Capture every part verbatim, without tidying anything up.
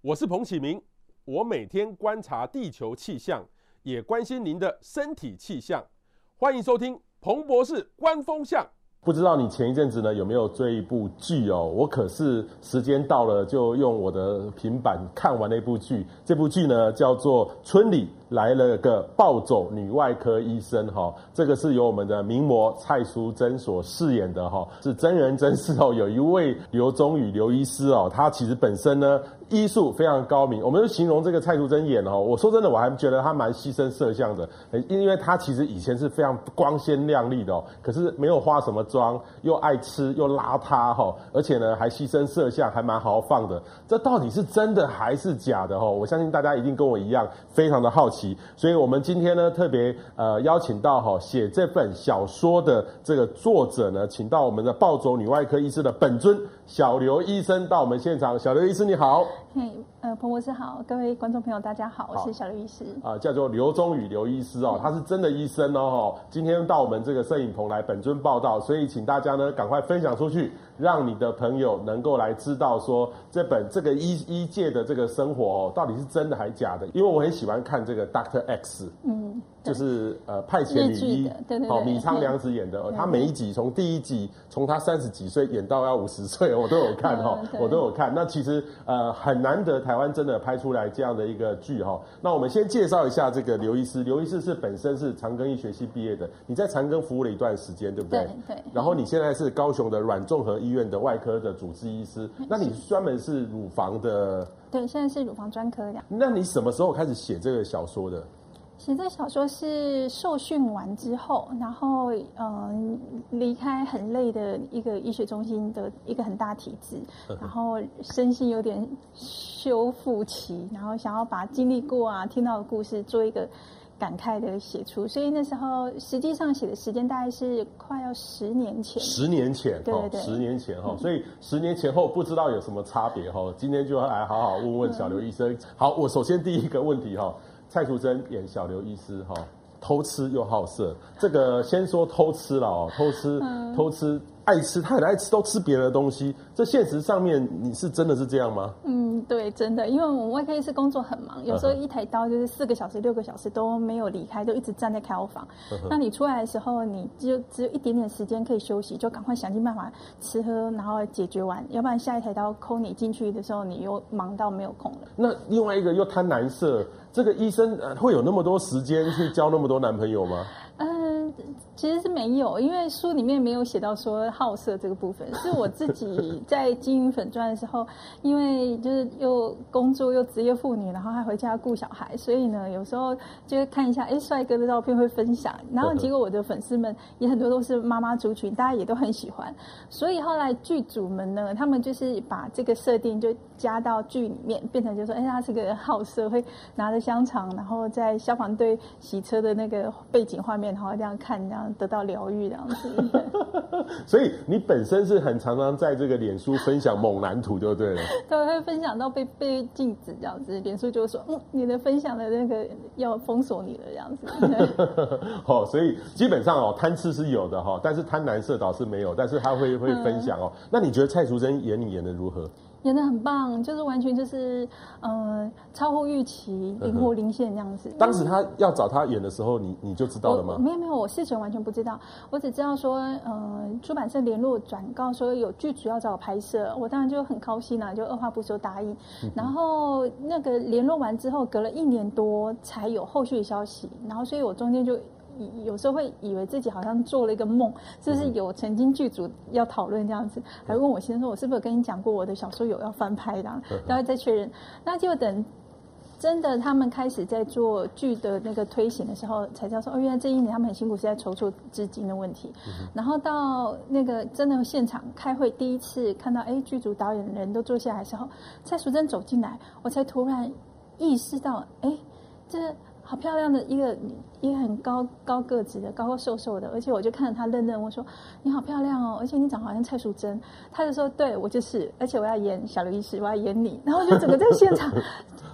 我是彭启明，我每天观察地球气象，也关心您的身体气象。欢迎收听彭博士观风向。不知道你前一阵子呢有没有追一部剧哦？我可是时间到了就用我的平板看完了一部剧。这部剧呢叫做《村里来了个暴走女外科医生》哈，这个是由我们的名模蔡淑臻所饰演的哈，是真人真事哦。有一位刘宗宇刘医师哦，他其实本身呢医术非常高明，我们就形容这个蔡淑臻演哦，我说真的，我还觉得他蛮牺牲摄像的，因为他其实以前是非常光鲜亮丽的哦，可是没有化什么妆，又爱吃又邋遢哈，而且呢还牺牲摄像，还蛮豪放的。这到底是真的还是假的哈？我相信大家一定跟我一样非常的好奇，所以我们今天呢特别呃邀请到哈写这本小说的这个作者呢，请到我们的暴走女外科医师的本尊小刘医生到我们现场。小刘医师你好。 嘿，呃，彭博士好，各位观众朋友大家好，我是小刘医师。 啊、呃，叫做刘宗宇刘医师哦，他是真的医生哦，今天到我们这个摄影棚来本尊报道，所以请大家呢赶快分享出去，让你的朋友能够来知道说这本这个医医界的这个生活哦，到底是真的还是假的？因为我很喜欢看这个 Doctor X， 嗯，就是呃派遣女医， 对对对， 好、哦，米仓凉子演的、哦，他每一集从第一集从他三十几岁演到要五十岁，我都有看哈、哦，我都有看。那其实呃很难得台湾真的拍出来这样的一个剧哈、哦。那我们先介绍一下这个刘医师，刘医师是本身是长庚医学系毕业的，你在长庚服务了一段时间，对不对？ 对对。 然后你现在是高雄的阮综合医院的外科的主治医师，那你专门是乳房的？ 对，现在是乳房专科的。 那你什么时候开始写这个小说的？ 写这小说是受训完之后，然后嗯离开很累的一个医学中心的一个很大体制，然后身心有点修复期，然后想要把经历过啊听到的故事做一个感慨的写出，所以那时候实际上写的时间大概是快要十年前。 十年前， 对对对， 十年前哈、嗯，所以十年前后不知道有什么差别哈。今天就来好好问问小刘医生。嗯、好，我首先第一个问题哈。蔡淑臻演小刘医师哈，偷吃又好色，这个先说偷吃了哦，偷吃、嗯、偷吃爱吃，他很爱吃，都吃别人的东西。这现实上面你是真的是这样吗？ 嗯，对，真的，因为我们外科医师工作很忙，有时候一台刀就是四个小时、六个小时都没有离开，就一直站在开刀房。那你出来的时候，你就只有一点点时间可以休息，就赶快想尽办法吃喝，然后解决完，要不然下一台刀抠你进去的时候，你又忙到没有空了。 那另外一个又贪男色，这个医生、呃、会有那么多时间去交那么多男朋友吗？ 嗯、呃，其实是没有，因为书里面没有写到说好色这个部分，是我自己在经营粉专的时候，因为就是又工作又职业妇女，然后还回家顾小孩，所以呢，有时候就会看一下，哎，帅哥的照片会分享，然后结果我的粉丝们也很多都是妈妈族群，大家也都很喜欢，所以后来剧组们呢，他们就是把这个设定就加到剧里面，变成就说，哎，他是个好色，会拿着香肠，然后在消防队洗车的那个背景画面。然后这样看，这样得到疗愈，这样子。 所以你本身是很常常在这个脸书分享猛男图，就对了。 对，会分享到被被禁止这样子，脸书就说，嗯，你的分享的那个要封锁你了这样子。 哦，所以基本上哦，贪吃是有的哈、哦，但是贪男色倒是没有，但是他会会分享哦。嗯、那你觉得蔡淑臻演你演的如何？ 演得很棒，就是完全就是呃超乎预期，灵活灵现这样子。 当时他要找他演的时候，你你就知道了吗？ 没有没有，我事前完全不知道，我只知道说呃出版社联络转告说有剧组要找我拍摄，我当然就很高兴啦，就二话不说答应。嗯、然后那个联络完之后，隔了一年多才有后续的消息，然后所以我中间就。有时候会以为自己好像做了一个梦，就是有曾经剧组要讨论这样子，还问我先生说，我是不是有跟你讲过我的小说有要翻拍的，然后再确认。那就等真的他们开始在做剧的那个推行的时候，才知道说，哦，原来这一年他们很辛苦是在筹措资金的问题。嗯、然后到那个真的现场开会，第一次看到，哎，剧组导演人都坐下来的时候，蔡淑臻走进来，我才突然意识到，哎，这好漂亮的一个。也很高高个子的，高高瘦瘦的，而且我就看着他愣愣，我说你好漂亮哦，而且你长得好像蔡淑臻。他就说对我就是，而且我要演小刘医师，我要演你。然后我就整个在现场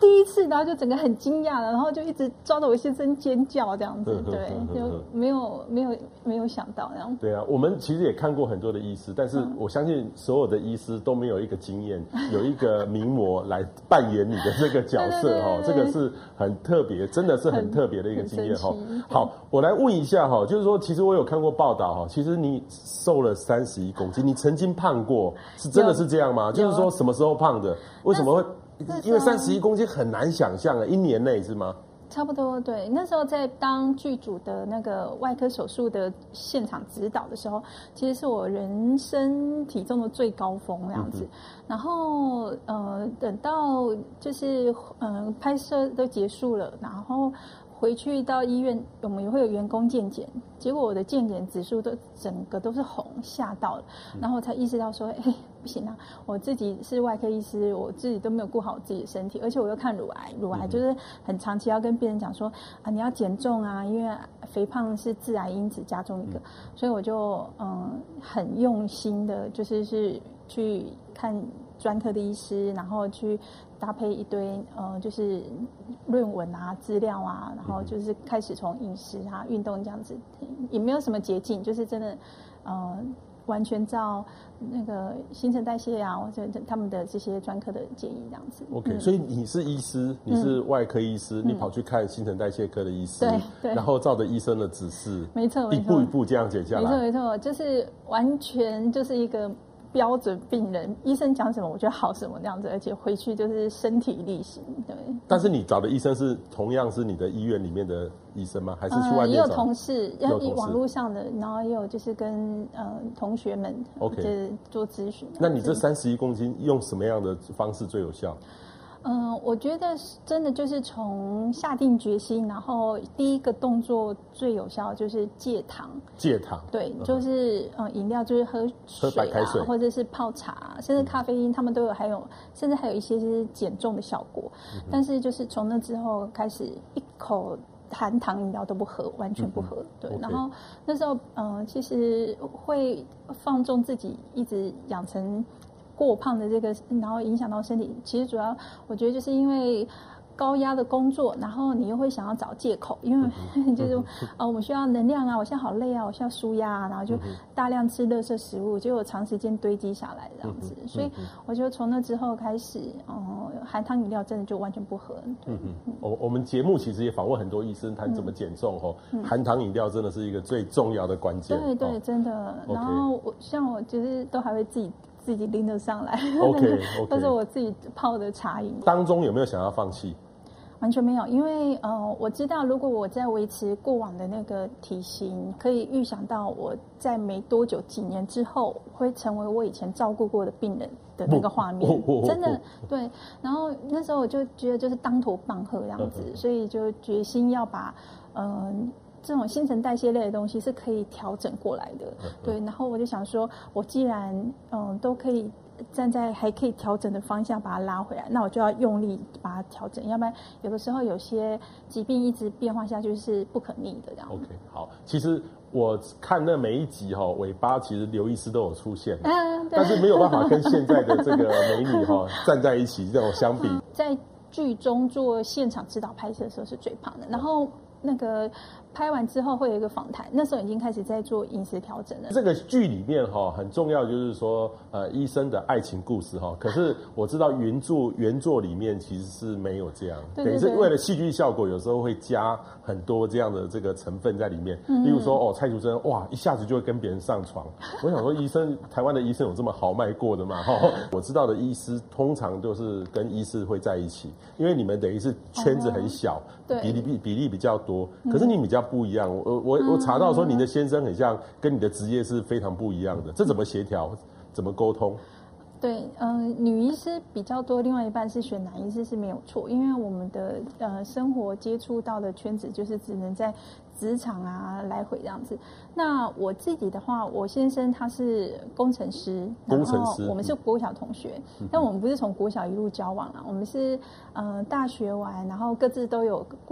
第一次，然后就整个很惊讶了，然后就一直抓着我先生尖叫这样子，对，就没有没有没有想到这样。 对啊，我们其实也看过很多的医师，但是我相信所有的医师都没有一个经验，有一个名模来扮演你的这个角色哈，这个是很特别，真的是很特别的一个经验哈。好，我来问一下哈，就是说，其实我有看过报道哈，其实你瘦了三十一公斤，你曾经胖过，是真的是这样吗？就是说什么时候胖的？为什么会？因为三十一公斤很难想象啊，一年内是吗？ 差不多，对。那时候在当剧组的那个外科手术的现场指导的时候，其实是我人生体重的最高峰这样子。嗯、然后呃，等到就是呃拍摄都结束了，然后回去到医院，我们也会有员工健检，结果我的健检指数都整个都是红，吓到了，然后我才意识到说，哎、欸，不行啊，我自己是外科医师，我自己都没有顾好我自己的身体，而且我又看乳癌，乳癌就是很长期要跟病人讲说啊，你要减重啊，因为肥胖是致癌因子加中一个，所以我就嗯很用心的，就是是去看专科的医师，然后去搭配一堆呃，就是论文啊、资料啊，然后就是开始从饮食啊、运动这样子，也没有什么捷径，就是真的呃，完全照那个新陈代谢啊，或者他们的这些专科的建议这样子。 OK，、嗯、所以你是医师，你是外科医师，嗯、你跑去看新陈代谢科的医师， 对对， 然后照着医生的指示， 没错， 一步一步这样减下来， 没错没错，就是完全就是一个标准病人，医生讲什么我就好什么那样子，而且回去就是身体力行，对。 但是你找的医生是同样是你的医院里面的医生吗？还是去外面找？呃、 也有同事，有网络上的，然后也有就是跟呃同学们 ，OK， 就是做咨询。 那你这三十一公斤用什么样的方式最有效？ 嗯、呃，我觉得真的就是从下定决心，然后第一个动作最有效就是戒糖。 戒糖， 对，就是呃饮料就是喝水、啊、喝白开水， 或者是泡茶，甚至咖啡因，他们都有，还有甚至还有一些是减重的效果。嗯、但是就是从那之后开始，一口含糖饮料都不喝，完全不喝。嗯、对， okay. 然后那时候呃其实会放纵自己，一直养成过胖的这个，然后影响到身体。其实主要我觉得就是因为高压的工作，然后你又会想要找借口，因为就是呃我需要能量啊，我现在好累啊，我需要舒压啊，然后就大量吃垃圾食物，结果长时间堆积下来这样子。所以我就从那之后开始，嗯、呃，含糖饮料真的就完全不喝。 嗯嗯，我我们节目其实也访问很多医生谈怎么减重哦，嗯、含糖饮料真的是一个最重要的关键。 对对，哦、真的。然后我像我就是都还会自己。自己拎得上来 ，OK， 都是我自己泡的茶饮。 当中有没有想要放弃？ 完全没有，因为呃，我知道如果我在维持过往的那个体型，可以预想到我在没多久几年之后会成为我以前照顾过的病人的那个画面，真的对。然后那时候我就觉得就是当头棒喝这样子，所以就决心要把嗯。呃这种新陈代谢类的东西是可以调整过来的，对。然后我就想说，我既然嗯都可以站在还可以调整的方向把它拉回来，那我就要用力把它调整，要不然有的时候有些疾病一直变化下去是不可逆的这样。 OK， 好，其实我看那每一集哈、哦，尾巴其实刘医师都有出现，嗯，但是没有办法跟现在的这个美女哈、哦、站在一起这种相比。 在剧中做现场指导拍摄的时候是最胖的，然后那个。拍完之后会有一个访谈，那时候已经开始在做饮食调整了。 这个剧里面哈很重要，就是说呃医生的爱情故事哈。可是我知道原著原作里面其实是没有这样， 对对对， 等于是为了戏剧效果，有时候会加很多这样的这个成分在里面。嗯、例如说哦蔡淑臻哇一下子就会跟别人上床，我想说医生台湾的医生有这么豪迈过的吗？哈，我知道的医师通常都是跟医师会在一起，因为你们等于是圈子很小，哦、比例比比例比较多，可是你比较不一样，我我我查到说你的先生很像跟你的职业是非常不一样的，这怎么协调？怎么沟通？ 对，呃，女医师比较多，另外一半是选男医师是没有错，因为我们的呃生活接触到的圈子就是只能在职场啊来回这样子。那我自己的话，我先生他是工程师， 工程师， 我们是国小同学，嗯、但我们不是从国小一路交往啦，我们是呃大学完，然后各自都有过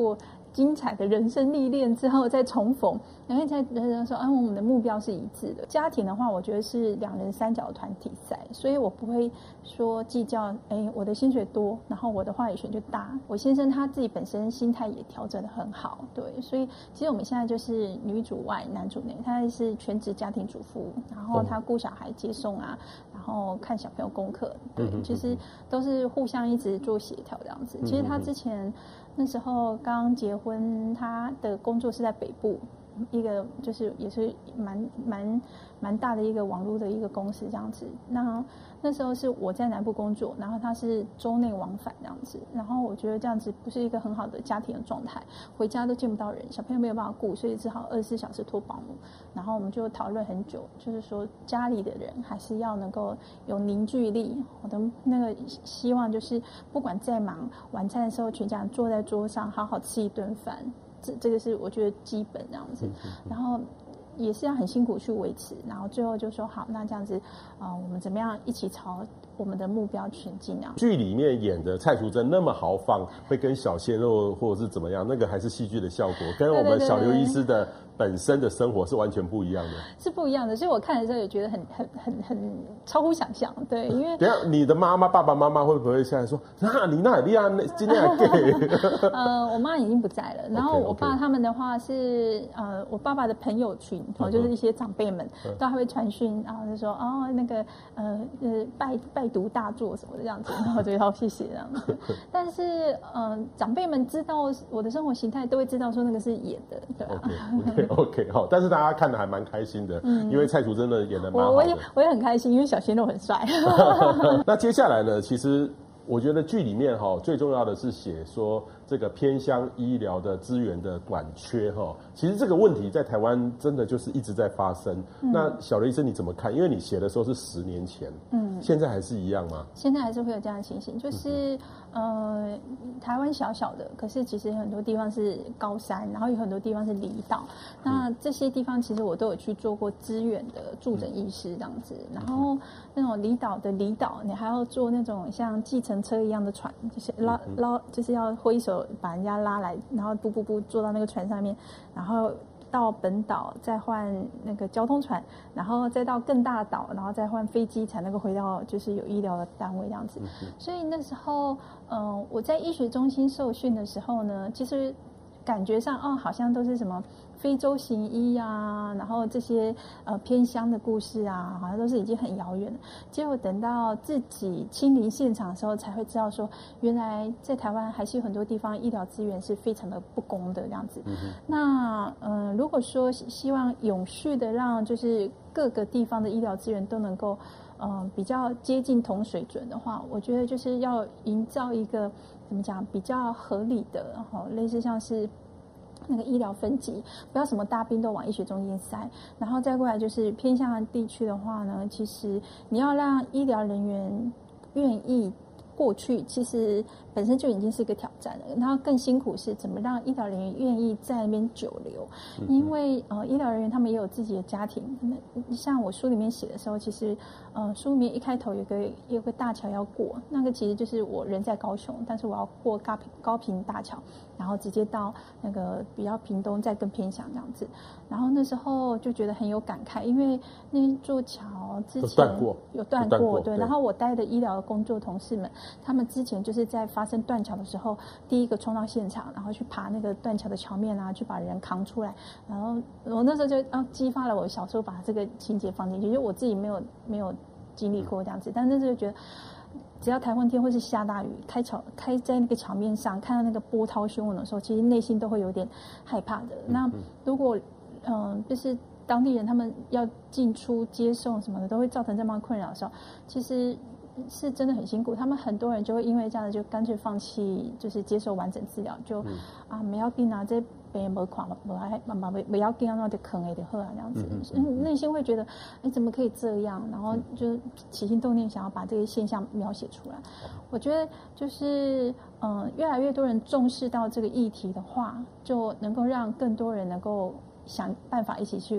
精彩的人生历练之后再重逢，然后才说啊，我们的目标是一致的。家庭的话，我觉得是两人三角团体赛，所以我不会说计较，哎，我的薪水多，然后我的话语权就大。我先生他自己本身心态也调整得很好，对，所以其实我们现在就是女主外男主内，他是全职家庭主妇，然后他顾小孩接送啊，然后看小朋友功课，对，其实都是互相一直做协调这样子。其实他之前那时候刚结婚，他的工作是在北部。一个就是也是蛮蛮蛮大的一个网络的一个公司这样子，那那时候是我在南部工作，然后他是州内往返这样子，然后我觉得这样子不是一个很好的家庭的状态，回家都见不到人，小朋友没有办法顾，所以只好二十四小时托保姆。然后我们就讨论很久，就是说家里的人还是要能够有凝聚力。我的那个希望就是不管再忙，晚餐的时候全家人坐在桌上好好吃一顿饭。这这个是我觉得基本这样子，然后也是要很辛苦去维持，然后最后就说好，那这样子，呃，我们怎么样一起朝我们的目标前进啊？ 剧里面演的蔡淑臻那么豪放，会跟小鲜肉或者是怎么样，那个还是戏剧的效果，跟我们小刘医师的本身的生活是完全不一样的， 是不一样的。所以我看的时候也觉得很很很很超乎想象，对，因为等一下你的妈妈、爸爸妈妈会不会现在说，啊，你那里啊，今天还 gay？ 呃，我妈已经不在了，然后我爸他们的话是呃，我爸爸的朋友群，哦，就是一些长辈们都还会传讯，然后就说哦，那个呃呃拜拜读大作什么的这样子，然后我就好谢谢这样子。但是呃，长辈们知道我的生活形态，都会知道说那个是演的，对吧、啊、 ？OK OK OK 好，但是大家看的还蛮开心的，嗯、因为蔡淑臻的演的蛮好的。 我我也我也很开心，因为小鲜肉很帅。 那接下来呢，其实我觉得剧里面哈最重要的是写说这个偏乡医疗的资源的短缺哈，其实这个问题在台湾真的就是一直在发生。嗯、那小刘医生你怎么看？因为你写的时候是十年前，嗯，现在还是一样吗？ 现在还是会有这样的情形，就是、嗯、呃，台湾小小的，可是其实有很多地方是高山，然后有很多地方是离岛。那这些地方其实我都有去做过支援的助诊医师这样子，然后那种离岛的离岛，你还要做那种像计程车一样的船，就是拉捞，就是要挥手把人家拉来，然后不不不坐到那个船上面，然后到本岛再换那个交通船，然后再到更大的岛，然后再换飞机才能够回到就是有医疗的单位这样子。所以那时候，嗯、呃，我在医学中心受训的时候呢，其实感觉上哦，好像都是什么非洲行医啊，然后这些呃偏乡的故事啊，好像都是已经很遥远了。结果等到自己亲临现场的时候，才会知道说，原来在台湾还是有很多地方医疗资源是非常的不公的这样子。嗯、那嗯、呃，如果说希望永续的让就是各个地方的医疗资源都能够嗯、呃、比较接近同水准的话，我觉得就是要营造一个怎么讲比较合理的，哈，类似像是那个医疗分级，不要什么大病都往医学中心塞，然后再过来就是偏向地区的话呢，其实你要让医疗人员愿意过去，其实本身就已经是一个挑战了。然后更辛苦是怎么让医疗人员愿意在那边久留，因为呃医疗人员他们也有自己的家庭。那像我书里面写的时候，其实呃书里面一开头有个有个大桥要过，那个其实就是我人在高雄，但是我要过高平高屏大桥，然后直接到那个比较屏东，再更偏乡这样子。然后那时候就觉得很有感慨，因为那座桥之前有断过，过对。然后我带的医疗的工作同事们，他们之前就是在发生断桥的时候，第一个冲到现场，然后去爬那个断桥的桥面啊，去把人扛出来。然后我那时候就啊激发了我小时候把这个情节放进去，因为我自己没有没有经历过这样子，但那时候就觉得。只要台风天或是下大雨，开桥开在那个桥面上，看到那个波涛汹涌的时候，其实内心都会有点害怕的。那如果嗯、呃，就是当地人他们要进出接送什么的，都会造成这么困扰的时候，其实是真的很辛苦。他们很多人就会因为这样子，就干脆放弃，就是接受完整治疗，就、嗯、啊没要紧啊，这病没看没爱妈妈不要紧啊，那就坑了就好啊这样子。嗯，内心会觉得，哎，怎么可以这样？然后就起心动念想要把这个现象描写出来。我觉得就是嗯、呃，越来越多人重视到这个议题的话，就能够让更多人能够想办法一起去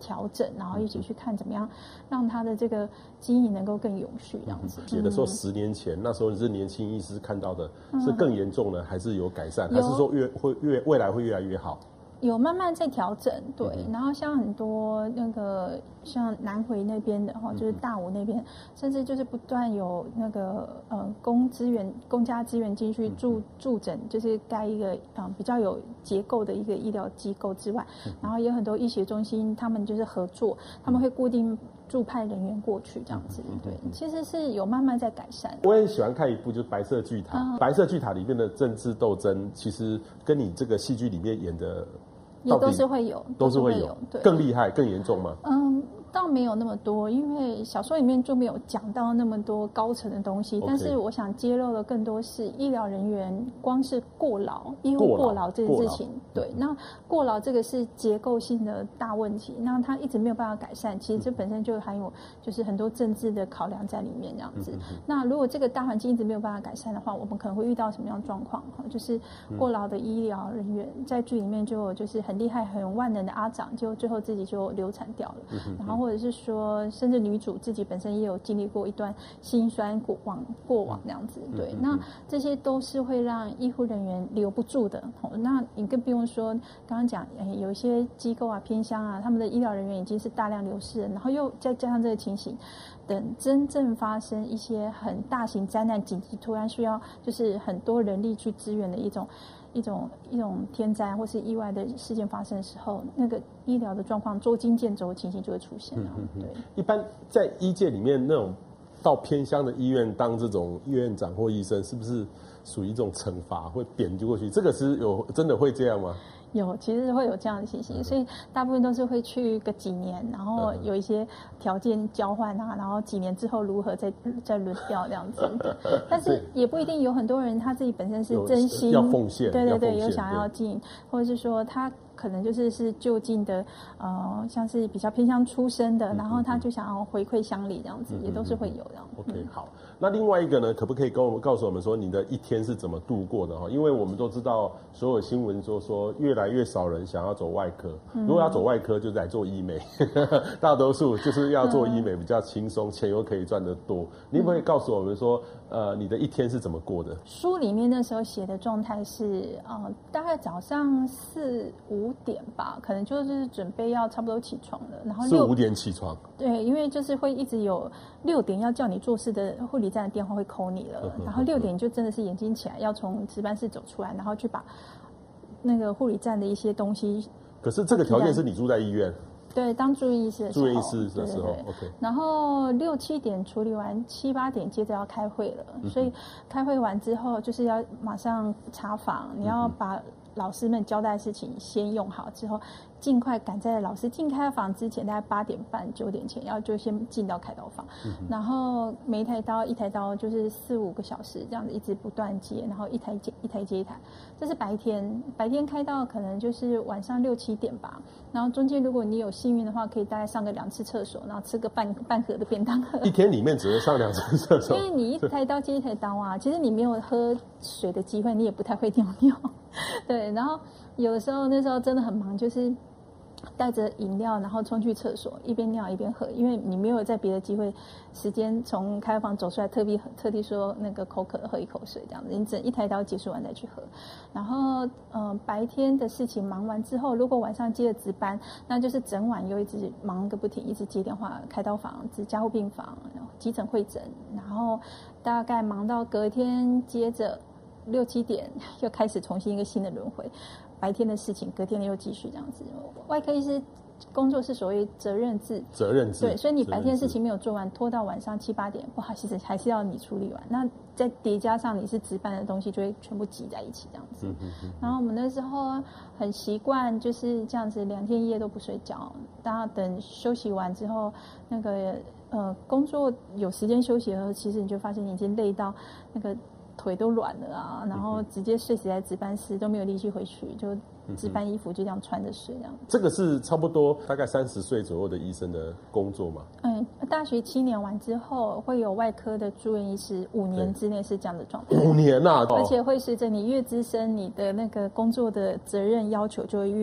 调整，然后一起去看怎么样让他的这个经营能够更永续这样子。 写的说十年前、嗯、那时候你是年轻医师看到的，是更严重呢，还是有改善，还是说越会越未来会越来越好？ 有慢慢在调整，对、嗯。然后像很多那个像南回那边的哈，就是大武那边，嗯、甚至就是不断有那个呃公资源、公家资源进去助、嗯、助诊，就是盖一个啊、呃、比较有结构的一个医疗机构之外，嗯、然后也有很多医学中心，他们就是合作，他们会固定驻派人员过去这样子，嗯、对，其实是有慢慢在改善。 我也喜欢看一部就是《白色巨塔》，嗯，《白色巨塔》里面的政治斗争，其实跟你这个戏剧里面演的。 也都是会有， 都是会有， 对， 更厉害、更严重吗？ 嗯，倒没有那么多，因为小说里面就没有讲到那么多高层的东西。Okay. 但是我想揭露的更多是医疗人员光是过劳、医护过劳这件事情。对，那过劳这个是结构性的大问题，那它一直没有办法改善。其实这本身就含有就是很多政治的考量在里面，这样子。嗯、那如果这个大环境一直没有办法改善的话，我们可能会遇到什么样的状况？就是过劳的医疗人员在剧里面就有就是很厉害、很万能的阿长，就最后自己就流产掉了。嗯、然后或者是说，甚至女主自己本身也有经历过一段辛酸过往过往这样子。对，嗯、那这些都是会让医护人员留不住的。那你更不用说刚刚讲，哎，有一些机构啊、偏乡啊，他们的医疗人员已经是大量流失了，然后又再加上这个情形，等真正发生一些很大型灾难、紧急突然需要就是很多人力去支援的一种。一种一种天灾或是意外的事件发生的时候，那个医疗的状况捉襟见肘的情形就会出现了。嗯、对， 一般在医界里面，那种到偏乡的医院当这种院长或医生，是不是属于一种惩罚，会贬就过去？这个是有真的会这样吗？ 有，其实会有这样的情形，嗯、所以大部分都是会去个几年，然后有一些条件交换啊，然后几年之后如何再再轮调这样子。但是也不一定，有很多人他自己本身是真心要奉献， 对对对，有想要进，或者是说他可能就是是就近的，呃，像是比较偏向出身的，嗯、然后他就想要回馈乡里这样子，嗯、也都是会有这样。 OK，嗯、好。那另外一个呢，可不可以跟我们告诉我们说，你的一天是怎么度过的哈？因为我们都知道，所有新闻说说越来越少人想要走外科，嗯、如果要走外科，就来做医美，大多数就是要做医美比较轻松，钱又可以赚得多。你可不可以告诉我们说，呃，你的一天是怎么过的？ 书里面那时候写的状态是，呃，大概早上四五点吧，可能就是准备要差不多起床了，然后四五点起床。 对，因为就是会一直有六点要叫你做事的护理站的电话会 call 你了，然后六点就真的是眼睛起来要从值班室走出来，然后去把那个护理站的一些东西。 可是这个条件是你住在医院。 对，当住院医师的时候， 住院医师的时候 ，OK。 然后六七点处理完，七八点接着要开会了，嗯、所以开会完之后就是要马上查房，你要把老师们交代的事情先用好之后，尽快赶在老师进开房之前，大概八点半九点前要就先进到开刀房，嗯、然后每一台刀一台刀就是四五个小时这样子一直不断接，然后一台接一台接一台，这是白天白天开刀可能就是晚上六七点吧，然后中间如果你有幸运的话，可以大概上个两次厕所，然后吃个半半盒的便当盒。 一天里面只会上两次厕所， 因为你一台刀接一台刀啊，其实你没有喝水的机会，你也不太会尿尿。对，然后有的时候那时候真的很忙，就是带着饮料，然后冲去厕所，一边尿一边喝，因为你没有在别的机会时间从开房走出来，特地特地说那个口渴喝一口水这样子，你整一台刀结束完再去喝。然后呃白天的事情忙完之后，如果晚上接了值班，那就是整晚又一直忙个不停，一直接电话，开刀房、加护病房、急诊会诊，然后大概忙到隔天接着。六七点又开始重新一个新的轮回，白天的事情隔天又继续这样子。外科医师工作是所谓责任制， 责任制对，所以你白天的事情没有做完，拖到晚上七八点，不好意思，还是要你处理完。那再叠加上你是值班的东西，就会全部挤在一起这样子。嗯嗯嗯、然后我们那时候很习惯就是这样子，两天一夜都不睡觉，然后等休息完之后，那个呃工作有时间休息的时候，其实你就发现你已经累到那个。腿都软了啊，然后直接睡死在值班室，都没有力气回去，就值班衣服就这样穿着睡这样。 这个是差不多大概三十岁左右的医生的工作嘛？ 嗯，大学七年完之后，会有外科的住院医师，五年之内是这样的状态。 五年呐、啊， 而且会随着你越资深，你的那个工作的责任要求就会越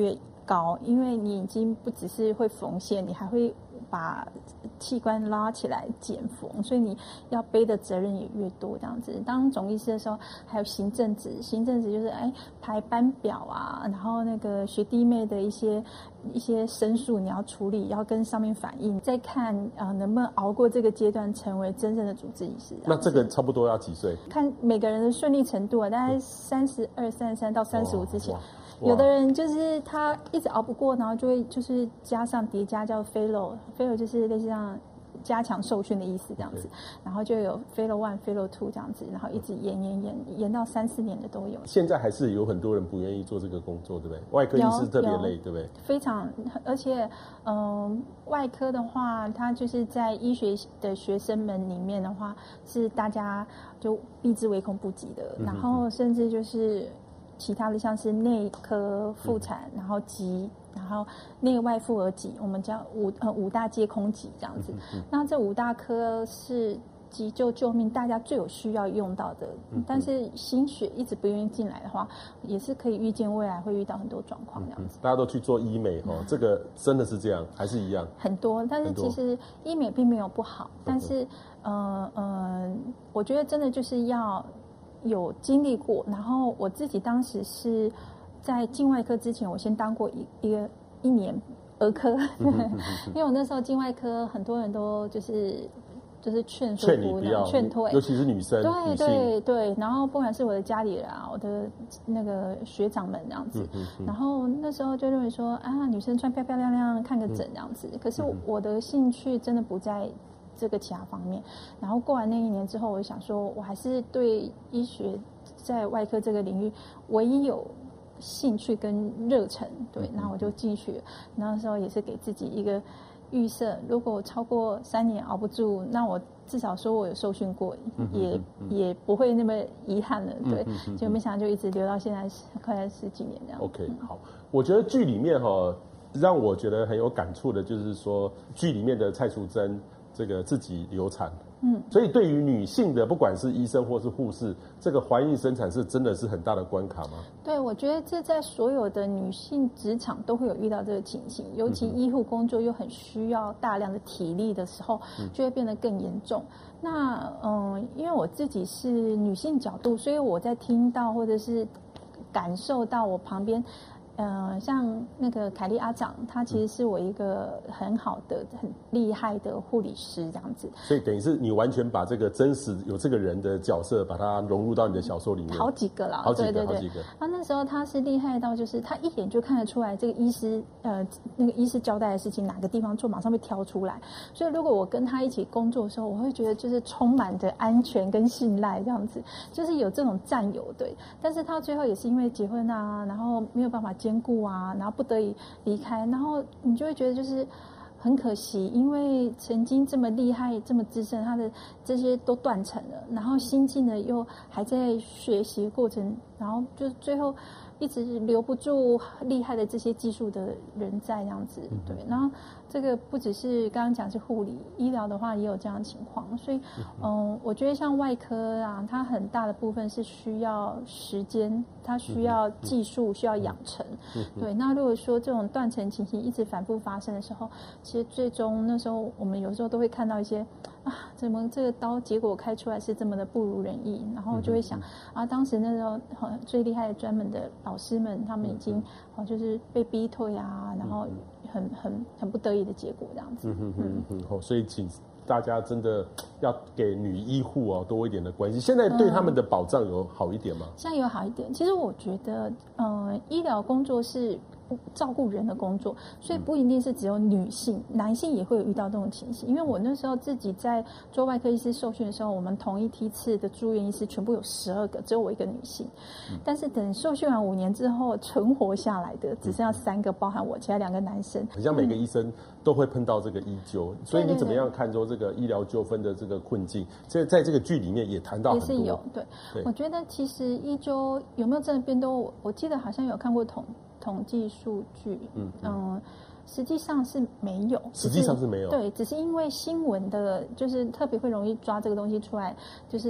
高，因为你已经不只是会缝线，你还会把器官拉起来剪缝，所以你要背的责任也越多这样子。当总医师的时候，还有行政职，行政职就是哎排班表啊，然后那个学弟妹的一些一些申诉你要处理，要跟上面反映，再看呃能不能熬过这个阶段，成为真正的主治医师。 那这个差不多要几岁？ 看每个人的顺利程度啊，大概三十二、三十三到三十五之前。有的人就是他一直熬不过，然后就会就是加上叠加叫 fellow，fellow 就是类似像加强受训的意思这样子， okay. 然后就有 fellow one、fellow two 这样子，然后一直延延延延到三四年的都有。 现在还是有很多人不愿意做这个工作，对不对？外科医师特别累，对不对？ 非常，而且嗯、呃，外科的话，它就是在医学的学生们里面的话，是大家就避之唯恐不及的，嗯、然后甚至就是。其他的像是内科、妇产，嗯、然后急，然后内外妇儿急，我们叫五呃五大皆空急这样子。嗯嗯、那这五大科是急救救命大家最有需要用到的，嗯、但是心血一直不愿意进来的话，也是可以预见未来会遇到很多状况这样子。 嗯、大家都去做医美哦，这个真的是这样，还是一样？ 很多，但是其实医美并没有不好，但是呃呃，我觉得真的就是要。有经历过，然后我自己当时是在进外科之前，我先当过一一个一年儿科，因为我那时候进外科，很多人都就是就是劝说劝你不要， 劝退， 尤其是女生， 对对对，然后不管是我的家里人啊，我的那个学长们这样子，嗯、然后那时候就认为说啊，女生穿漂漂亮亮看个诊这样子，嗯、可是我的兴趣真的不在。这个其他方面，然后过完那一年之后，我就想说，我还是对医学在外科这个领域唯一有兴趣跟热忱，对，那我就继续。那时候也是给自己一个预设，如果我超过三年熬不住，那我至少说我有受训过，也也不会那么遗憾了，对。就没想到就一直留到现在快十几年这样。 OK， 好，我觉得剧里面哈，让我觉得很有感触的，就是说剧里面的蔡淑珍。这个自己流产，嗯，所以对于女性的，不管是医生或是护士，这个怀孕生产是真的是很大的关卡吗？ 对，我觉得这在所有的女性职场都会有遇到这个情形，尤其医护工作又很需要大量的体力的时候，就会变得更严重。嗯、那嗯，因为我自己是女性角度，所以我在听到或者是感受到我旁边。呃，像那个凯莉阿长，她其实是我一个很好的、很厉害的护理师，这样子。 所以等于是你完全把这个真实有这个人的角色，把它融入到你的小说里面。 好几个啦， 好几个， 对对对好几个。 他那时候他是厉害到，就是他一眼就看得出来这个医师，呃，那个医师交代的事情哪个地方错，马上被挑出来。所以如果我跟他一起工作的时候，我会觉得就是充满着安全跟信赖，这样子，就是有这种战友对。但是他最后也是因为结婚啊，然后没有办法兼顾啊，然后不得已离开，然后你就会觉得就是很可惜，因为曾经这么厉害、这么资深，他的这些都断层了，然后新进的又还在学习过程，然后就最后一直留不住厉害的这些技术的人在这样子，对，然后这个不只是刚刚讲是护理医疗的话，也有这样的情况，所以嗯，我觉得像外科啊，它很大的部分是需要时间，它需要技术，需要养成，对。那如果说这种断层情形一直反复发生的时候，其实最终那时候我们有时候都会看到一些啊，怎么这个刀结果开出来是这么的不如人意，然后就会想啊，当时那时候最厉害的专门的老师们，他们已经哦就是被逼退啊，然后很很很不得已的结果这样子。 嗯嗯嗯嗯，所以请大家真的要给女医护哦多一点的关系。现在对他们的保障有好一点吗？ 现在有好一点。其实我觉得，呃，医疗工作是照顾人的工作，所以不一定是只有女性，男性也会有遇到这种情形。因为我那时候自己在做外科医师受训的时候，我们同一梯次的住院医师全部有十二个，只有我一个女性。但是等受训完五年之后，存活下来的只剩下三个，包含我，其他两个男生。 很像每个医生都会碰到这个医纠，所以你怎么样看说这个医疗纠纷的这个困境？这在这个剧里面也谈到很多。 也是有，对。对，我觉得其实医纠有没有真的变多？我记得好像有看过统。统计数据，嗯嗯，实际上是没有， 实际上是没有， 对，只是因为新闻的，就是特别会容易抓这个东西出来，就是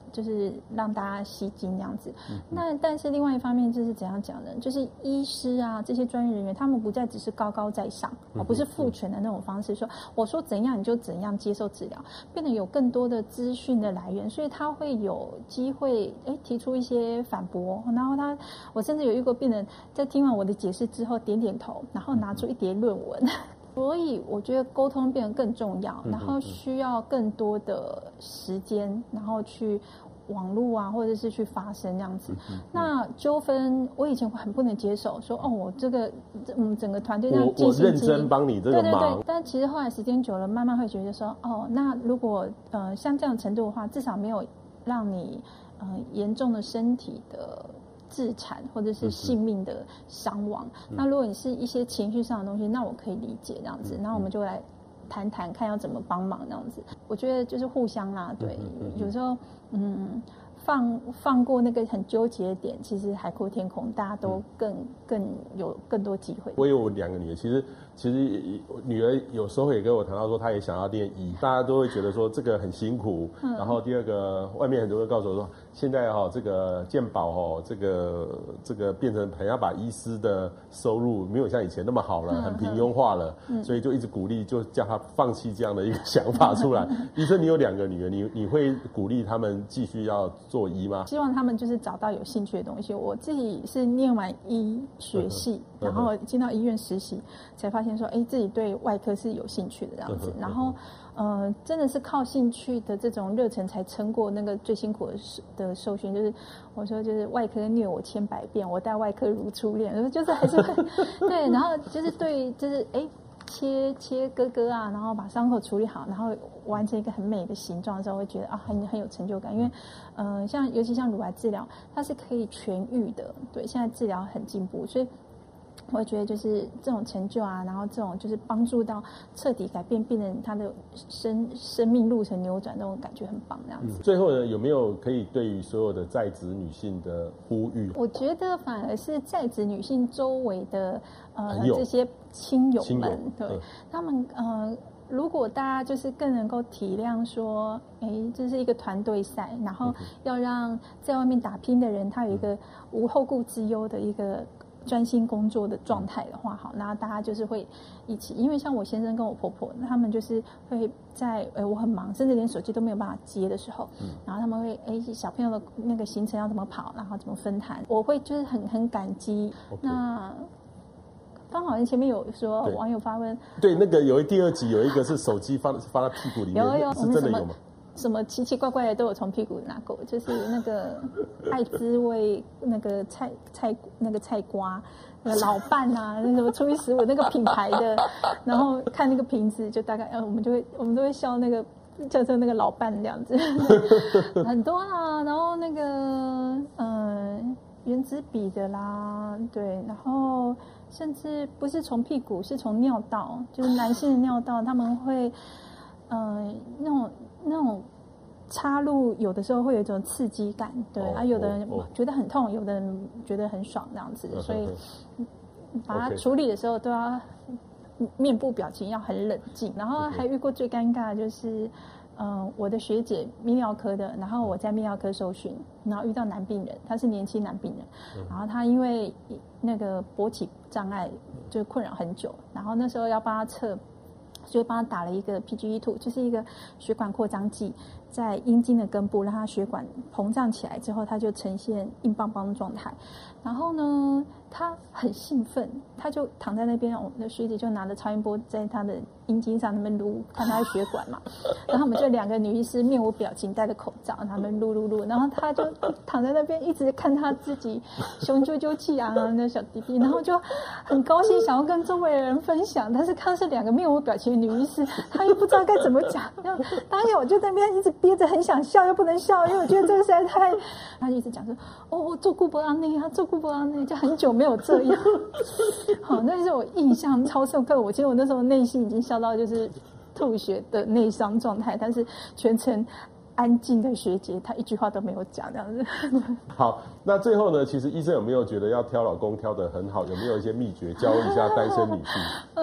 就是让大家吸睛这样子。嗯、那但是另外一方面就是怎样讲呢？就是医师啊这些专业人员，他们不再只是高高在上，而、嗯、不是父权的那种方式，说我说怎样你就怎样接受治疗，变得有更多的资讯的来源，所以他会有机会哎提出一些反驳，然后他我甚至有遇过病人在听完我的解释之后点点头，然后拿出一叠论文。所以我觉得沟通变得更重要，然后需要更多的时间，然后去网络啊，或者是去发声这样子。那纠纷，我以前很不能接受，说哦，我这个嗯整个团队这样尽心尽力， 我我认真帮你这个忙。 对对对。但其实后来时间久了，慢慢会觉得说，哦，那如果呃像这样程度的话，至少没有让你呃严重的身体的自残或者是性命的伤亡、嗯、那如果你是一些情绪上的东西，那我可以理解这样子，那、嗯、我们就来谈谈看要怎么帮忙这样子。我觉得就是互相啦，对、嗯嗯嗯、有时候嗯放放过那个很纠结的点，其实海阔天空，大家都更、嗯、更有更多机会。 我有两个女儿，其实其实女儿有时候也跟我谈到说，她也想要练医，大家都会觉得说这个很辛苦。嗯、然后第二个，外面很多人告诉我说，现在哈、哦、这个健保哦，这个这个变成很要把医师的收入没有像以前那么好了，嗯、很平庸化了、嗯，所以就一直鼓励，就叫她放弃这样的一个想法出来。医生，你有两个女儿，你你会鼓励他们继续要做医吗？ 希望他们就是找到有兴趣的东西。我自己是念完医学系，嗯、然后进到医院实习，才发现说，哎，自己对外科是有兴趣的这样子。嗯、然后，呃，真的是靠兴趣的这种热忱才撑过那个最辛苦的的受训。就是我说，就是外科虐我千百遍，我待外科如初恋，就是还是会对。然后就是对，就是哎。切切割割啊，然后把伤口处理好，然后完成一个很美的形状的时候，会觉得啊很很有成就感。因为，呃，像尤其像乳癌治疗，它是可以痊愈的，对，现在治疗很进步，所以我觉得就是这种成就啊，然后这种就是帮助到彻底改变病人他的生生命路程扭转，那种感觉很棒，这样子。 嗯、最后呢，有没有可以对于所有的在职女性的呼吁？ 我觉得反而是在职女性周围的呃这些亲友们，友对、嗯、他们呃。如果大家就是更能够体谅说，哎，这是一个团队赛，然后要让在外面打拼的人他有一个无后顾之忧的一个专心工作的状态的话，好，那大家就是会一起，因为像我先生跟我婆婆，他们就是会在，哎，我很忙，甚至连手机都没有办法接的时候，嗯、然后他们会，哎，小朋友的那个行程要怎么跑，然后怎么分摊，我会就是很很感激。Okay. 那。刚好像前面有说网友发问， 对，那个有一第二集有一个是手机放放在屁股里面， 有有， 是真的有吗？ 什么奇奇怪怪的都有从屁股拿过，就是那个爱滋味那个菜菜那个菜瓜，那个老伴啊，那什么初一十五那个品牌的，然后看那个瓶子就大概，呃，我们就会我们都会笑那个叫做那个老伴这样子，很多啦，然后那个嗯。呃原子笔的啦，对，然后甚至不是从屁股，是从尿道，就是男性的尿道，他们会，呃，那种那种插入，有的时候会有一种刺激感，对，哦、啊，有的人觉得很痛，有的人觉得很爽这样子，所以把它处理的时候都要面部表情要很冷静，然后还遇过最尴尬的就是。嗯，我的学姐泌尿科的，然后我在泌尿科受训，然后遇到男病人，他是年轻男病人，然后他因为那个勃起障碍就困扰很久，然后那时候要帮他测，就帮他打了一个 P G E 二，就是一个血管扩张剂，在阴茎的根部让他血管膨胀起来之后，他就呈现硬邦邦的状态。然后呢，他很兴奋，他就躺在那边，我们的学姐就拿着超音波在他的阴茎上那边撸，看他的血管嘛。然后我们就两个女医师面无表情，戴着口罩，他们撸撸撸，然后他就躺在那边一直看他自己雄赳赳气昂昂的小弟弟，然后就很高兴想要跟周围的人分享，但是看是两个面无表情的女医师，他又不知道该怎么讲。当然我就在那边一直憋着很想笑又不能笑，因为我觉得这个实在太，他就一直讲说哦做顾伯安内啊做顾伯安内，就很久没有这样。好，那是我印象超深刻。我其实我那时候内心已经笑到就是吐血的内伤状态，但是全程安静的学姐，她一句话都没有讲，这样子。 好，那最后呢，其实医生有没有觉得要挑老公挑得很好？有没有一些秘诀教一下单身女性？ 嗯。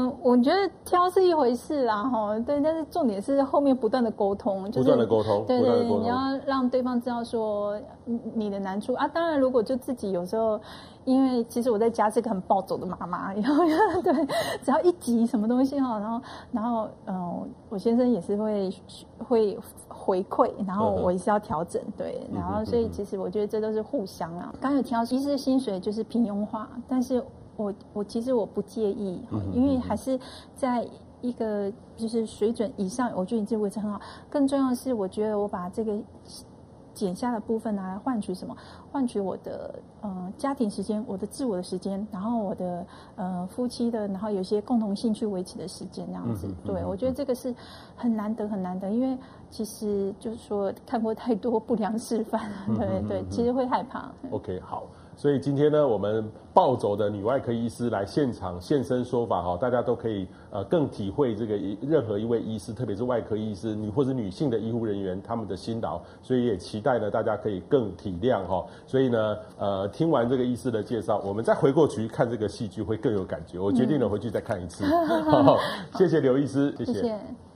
嗯，我觉得挑是一回事啦，哈，对，但是重点是后面不断的沟通，就是不断的沟通， 对对，你要让对方知道说你的难处啊。当然，如果就自己有时候，因为其实我在家是个很暴走的妈妈，然后对，只要一急什么东西哈，然后然后嗯，我先生也是会会回馈，然后我也是要调整，对，然后所以其实我觉得这都是互相啊。刚刚有提到，医师的薪水就是平庸化，但是。我我其实我不介意，因为还是在一个就是水准以上，我觉得你这维持很好。更重要的是，我觉得我把这个减下的部分拿来换取什么？换取我的呃家庭时间，我的自我的时间，然后我的呃夫妻的，然后有一些共同兴趣维持的时间，这样子。对，我觉得这个是很难得很难得，因为其实就是说看过太多不良示范，对对，其实会害怕。 OK， 好。所以今天呢，我们暴走的女外科医师来现场现身说法哈，大家都可以呃更体会这个任何一位医师，特别是外科医师女或者女性的医护人员他们的辛劳，所以也期待呢大家可以更体谅哈。所以呢，呃，听完这个医师的介绍，我们再回过去看这个戏剧会更有感觉。我决定了回去再看一次。嗯、好，谢谢刘医师，谢谢。 谢谢。